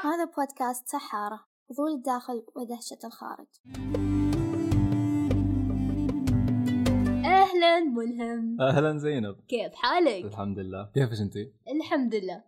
هذا بودكاست سحارة، فضول الداخل ودهشة الخارج. أهلا ملهم. أهلا زينب، كيف حالك؟ الحمد لله. كيفش أنتي؟ الحمد لله.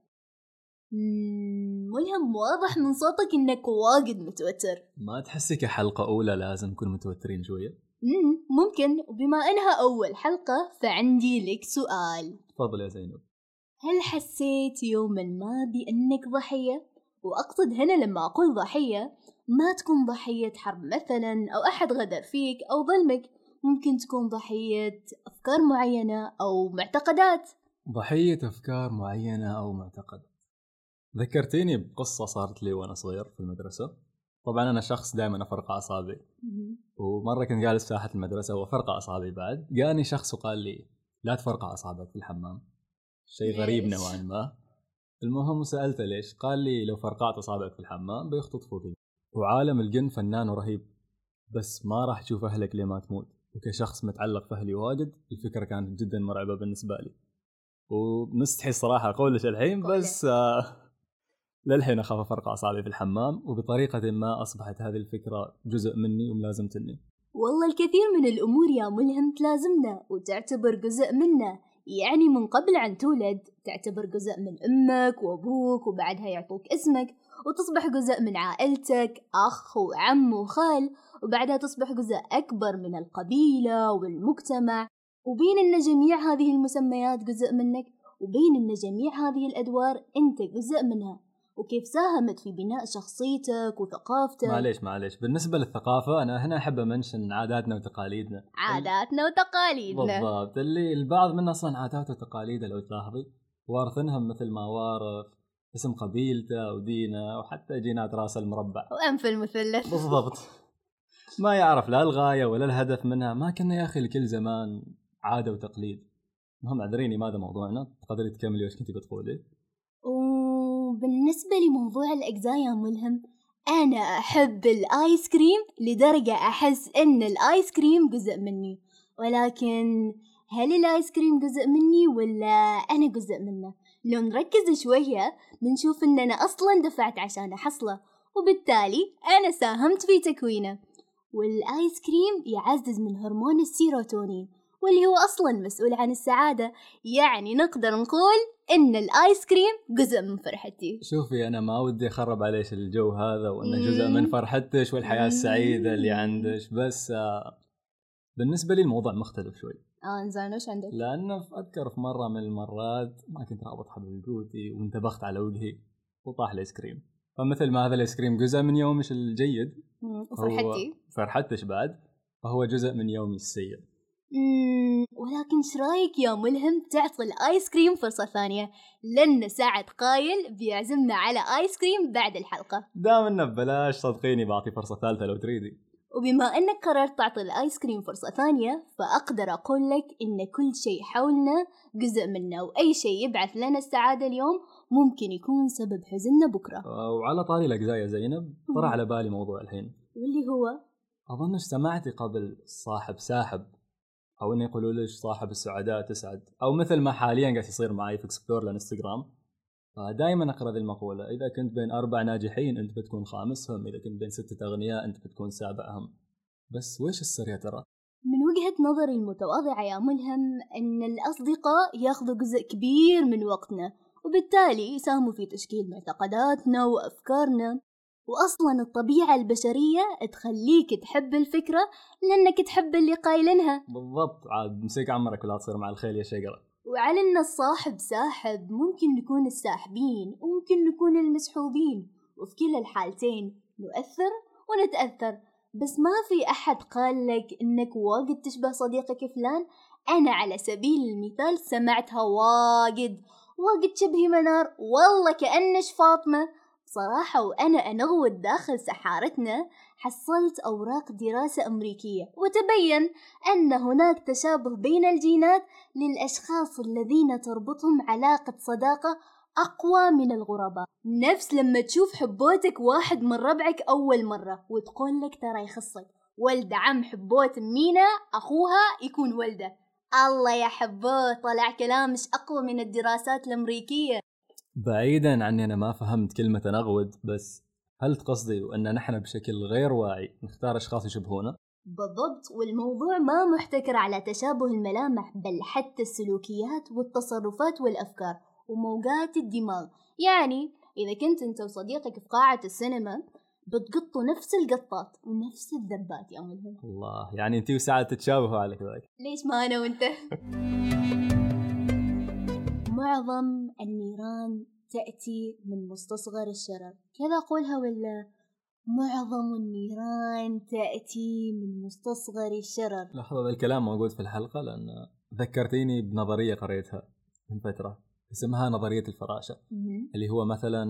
ملهم، واضح من صوتك إنك واجد متوتر. ما تحسي كحلقة أولى لازم نكون متوترين شوية؟ ممكن، وبما إنها أول حلقة فعندي لك سؤال. تفضل يا زينب. هل حسيت يوما ما بأنك ضحية؟ وأقصد هنا لما أقول ضحية ما تكون ضحية حرب مثلا أو أحد غدر فيك أو ظلمك، ممكن تكون ضحية أفكار معينة أو معتقدات. ضحية أفكار معينة أو معتقدات. ذكرتيني بقصة صارت لي وأنا صغير في المدرسة. طبعا أنا شخص دائما أفرقع أصابعي، ومرة كنت جالس في ساحة المدرسة وأفرقع أصابعي بعد، جاني شخص وقال لي لا تفرقع أصابعك في الحمام. شيء غريب نوعا ما. المهم سألته ليش، قال لي لو فرقعت أصابعك في الحمام بيختطفوا فيك، وعالم الجن فنان ورهيب، بس ما راح تشوف أهلك لما تموت. وكشخص متعلق في أهلي واجد الفكرة كانت جدا مرعبة بالنسبة لي، ومستحي الصراحة أقولش الحين، بس للحين أخاف أفرقع أصابعي في الحمام، وبطريقة ما أصبحت هذه الفكرة جزء مني وملازمتني. والله الكثير من الأمور يا ملهم تلازمنا وتعتبر جزء منا، يعني من قبل أن تولد تعتبر جزء من أمك وأبوك، وبعدها يعطوك اسمك وتصبح جزء من عائلتك، أخ وعم وخال، وبعدها تصبح جزء أكبر من القبيلة والمجتمع، وبين أن جميع هذه المسميات جزء منك، وبين أن جميع هذه الأدوار أنت جزء منها، وكيف ساهمت في بناء شخصيتك وثقافتك. معليش بالنسبة للثقافة أنا هنا أحب أمنشن عاداتنا وتقاليدنا. عاداتنا وتقاليدنا بالضبط، اللي البعض منا أصلا عادات وتقاليد لو تلاحظي وارثنهم مثل ما وارث اسم قبيلته ودينه وحتى جينات راس المربع وأنف المثلث. بالضبط. ما يعرف لا الغاية ولا الهدف منها. ما كنا يا أخي لكل زمان عادة وتقليد. مهم أدريني ماذا موضوعنا، تقدري تكملي وش كنتي بتقولي؟ وبالنسبة لموضوع الأجزاء يا ملهم، أنا أحب الآيس كريم لدرجة أحس إن الآيس كريم جزء مني، ولكن هل الآيس كريم جزء مني ولا أنا جزء منه؟ لو نركز شوية بنشوف إن أنا أصلاً دفعت عشان أحصله، وبالتالي أنا ساهمت في تكوينه. والآيس كريم يعزز من هرمون السيروتونين، واللي هو أصلاً مسؤول عن السعادة، يعني نقدر نقول إن الآيس كريم جزء من فرحتي. شوفي أنا ما ودي أخرب عليش الجو هذا وأنه جزء من فرحتش والحياة السعيدة اللي عندش، بس بالنسبة لي الموضوع مختلف شوي. إنزين وش عندك؟ لأنه أذكر في مرة من المرات ما كنت رابط حبل قوتي وانتبخت على وجهي وطاح الآيس كريم، فمثل ما هذا الآيس كريم جزء من يومش الجيد فرحتش بعد، فهو جزء من يومي السيء. ولكن شرايك يا ملهم تعطي الآيس كريم فرصة ثانية، لأن سعد قايل بيعزمنا على آيس كريم بعد الحلقة. دام إنه ببلاش صدقيني بعطي فرصة ثالثة لو تريدي. وبما أنك قررت تعطي الآيس كريم فرصة ثانية، فأقدر أقول لك إن كل شيء حولنا جزء منا، وأي شيء يبعث لنا السعادة اليوم ممكن يكون سبب حزننا بكرة. وعلى طاري الأجزاء يا زينب طرح على بالي موضوع الحين، واللي هو أظنش سمعتي قبل صاحب ساحب، أو إنه يقولوا ليش صاحب السعداء تسعد، أو مثل ما حاليا قاعد يصير معي في إكسبلور الانستغرام. فدائما أقرأ ذي المقولة، إذا كنت بين 4 ناجحين أنت بتكون خامسهم، إذا كنت بين 6 أغنياء أنت بتكون سابعهم. بس ويش السر يا ترى؟ من وجهة نظري المتواضعة يا ملهم، أن الأصدقاء يأخذوا جزء كبير من وقتنا، وبالتالي يساهموا في تشكيل معتقداتنا وأفكارنا، وأصلا الطبيعة البشرية تخليك تحب الفكرة لأنك تحب اللي قايلنها. بالضبط، عاد مسيك عمرك ولا تصير مع الخيل يا شقرة. وعلى أن الصاحب ساحب، ممكن نكون الساحبين وممكن نكون المسحوبين، وفي كلا الحالتين نؤثر ونتأثر. بس ما في أحد قال لك إنك واجد تشبه صديقك فلان. أنا على سبيل المثال سمعتها واجد شبه منار، والله كأنش فاطمة صراحة. وأنا أنغوت داخل سحارتنا حصلت أوراق دراسة أمريكية، وتبين أن هناك تشابه بين الجينات للأشخاص الذين تربطهم علاقة صداقة أقوى من الغرباء. نفس لما تشوف حبوتك واحد من ربعك أول مرة وتقول لك ترى يخصك ولد عم حبوت مينا أخوها يكون ولده. الله يا حبوت، طلع كلام مش أقوى من الدراسات الأمريكية. بعيدا عني أنا ما فهمت كلمة نغود، بس هل تقصدي أن نحن بشكل غير واعي نختار أشخاص يشبهونا؟ بالضبط، والموضوع ما محتكر على تشابه الملامح بل حتى السلوكيات والتصرفات والأفكار وموجات الدماغ. يعني إذا كنت أنت وصديقك في قاعة السينما بتقطوا نفس القطات ونفس الذبات يا ملهم. الله، يعني أنتي وسعد تتشابهوا على كذلك. ليش ما أنا وأنت؟ معظم النيران تأتي من مستصغر الشرر، كذا أقولها ولا؟ معظم النيران تأتي من مستصغر الشرر. لحظة، الكلام موجود في الحلقة لأن ذكرتيني بنظرية قريتها من فترة اسمها نظرية الفراشة. اللي هو مثلا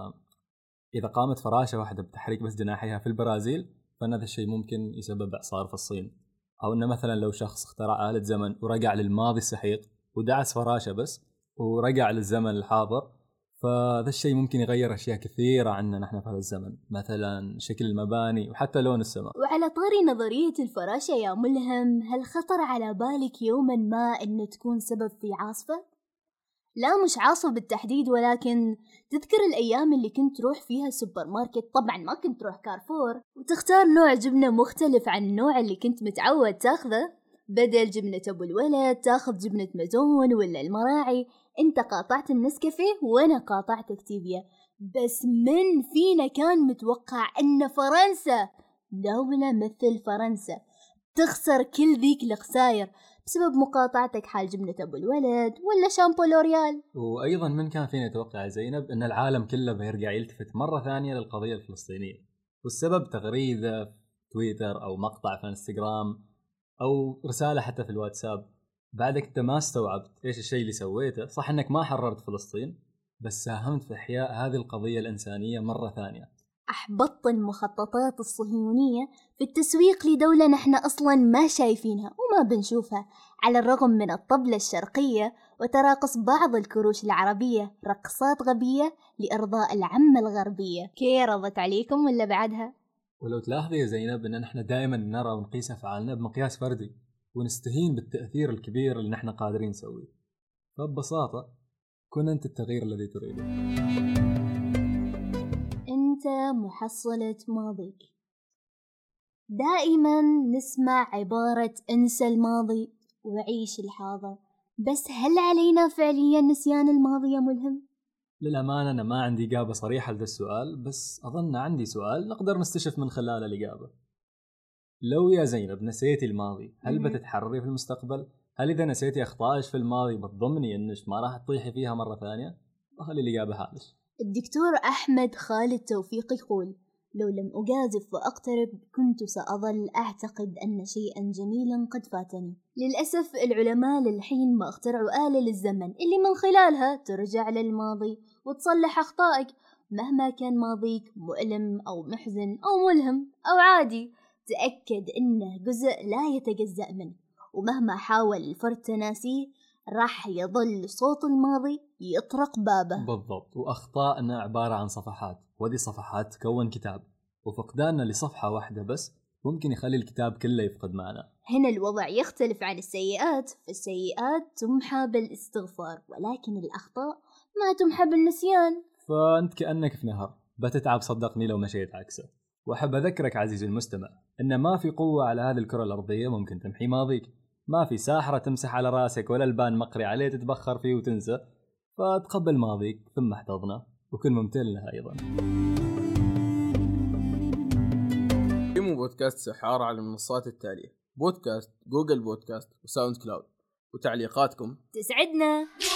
إذا قامت فراشة واحدة بتحريك بس جناحيها في البرازيل فإن هذا الشيء ممكن يسبب إعصار في الصين. أو إنه مثلا لو شخص اخترع آلة زمن ورجع للماضي السحيق ودعس فراشة بس ورجع للزمن الحاضر، فهذا الشيء ممكن يغير أشياء كثيرة عنا نحن في هذا الزمن، مثلا شكل المباني وحتى لون السماء. وعلى طاري نظرية الفراشة يا ملهم، هل خطر على بالك يوما ما أن تكون سبب في عاصفة؟ لا مش عاصفة بالتحديد، ولكن تذكر الأيام اللي كنت تروح فيها السوبر ماركت، طبعا ما كنت تروح كارفور، وتختار نوع جبنة مختلف عن النوع اللي كنت متعود تاخذه. بدل جبنة أبو الولد تاخذ جبنة مازون ولا المراعي. انت قاطعت النسكافيه وانا قاطعت اكتيفيا، بس من فينا كان متوقع ان فرنسا دولة مثل فرنسا تخسر كل ذيك الخسائر بسبب مقاطعتك حال جبنة أبو الولد ولا شامبو لوريال؟ وأيضا من كان فينا يتوقع زينب أن العالم كله بيرجع يلتفت مرة ثانية للقضية الفلسطينية، والسبب تغريدة في تويتر أو مقطع في انستغرام أو رسالة حتى في الواتساب. بعدك أنت ما استوعبت إيش الشيء اللي سويته. صح أنك ما حررت فلسطين، بس ساهمت في إحياء هذه القضية الإنسانية مرة ثانية. أحبطت المخططات الصهيونية في التسويق لدولة نحن أصلا ما شايفينها وما بنشوفها، على الرغم من الطبلة الشرقية وتراقص بعض الكروش العربية رقصات غبية لإرضاء العمة الغربية. كي رضت عليكم ولا بعدها؟ ولو تلاحظي يا زينب أن نحن دائما نرى ونقيس أفعالنا بمقياس فردي ونستهين بالتأثير الكبير اللي نحن قادرين نسويه. فببساطة كن أنت التغيير الذي تريده. أنت محصلة ماضيك. دائما نسمع عبارة انسى الماضي وعيش الحاضر، بس هل علينا فعليا نسيان الماضي يا ملهم؟ للأمانة أنا ما عندي إجابة صريحة لهذا السؤال، بس أظن عندي سؤال نقدر نستشف من خلاله الإجابة. لو يا زينب نسيتي الماضي هل بتتحرري في المستقبل؟ هل إذا نسيتي أخطائك في الماضي بتضمني أنك ما راح تطيحي فيها مرة ثانية؟ وخلي الإجابة هالش. الدكتور أحمد خالد توفيق يقول: لو لم أجازف وأقترب كنت سأظل أعتقد أن شيئا جميلا قد فاتني. للأسف العلماء للحين ما اخترعوا آلة للزمن اللي من خلالها ترجع للماضي وتصلح أخطائك مهما كان ماضيك مؤلم أو محزن أو ملهم أو عادي. تأكد أنه جزء لا يتجزأ منه، ومهما حاول الفرد تناسيه راح يظل صوت الماضي يطرق بابه. بالضبط، وأخطائنا عبارة عن صفحات، ودي صفحات تكون كتاب، وفقداننا لصفحة واحدة بس ممكن يخلي الكتاب كله يفقد معنى. هنا الوضع يختلف عن السيئات، فالسيئات تمحى بالاستغفار، ولكن الأخطاء ما تمحى بالنسيان. فأنت كأنك في نهر بتتعب صدقني لو مشيت عكسه. وأحب أذكرك عزيزي المستمع إن ما في قوة على هذه الكرة الأرضية ممكن تمحي ماضيك، ما في ساحرة تمسح على راسك ولا البان مقري عليه تتبخر فيه وتنسى. فتقبل ماضيك ثم احتضنه وكن ممتن له أيضا. قيموا بودكاست سحارة على المنصات التالية: بودكاست، جوجل بودكاست، وساوند كلاود. وتعليقاتكم تسعدنا.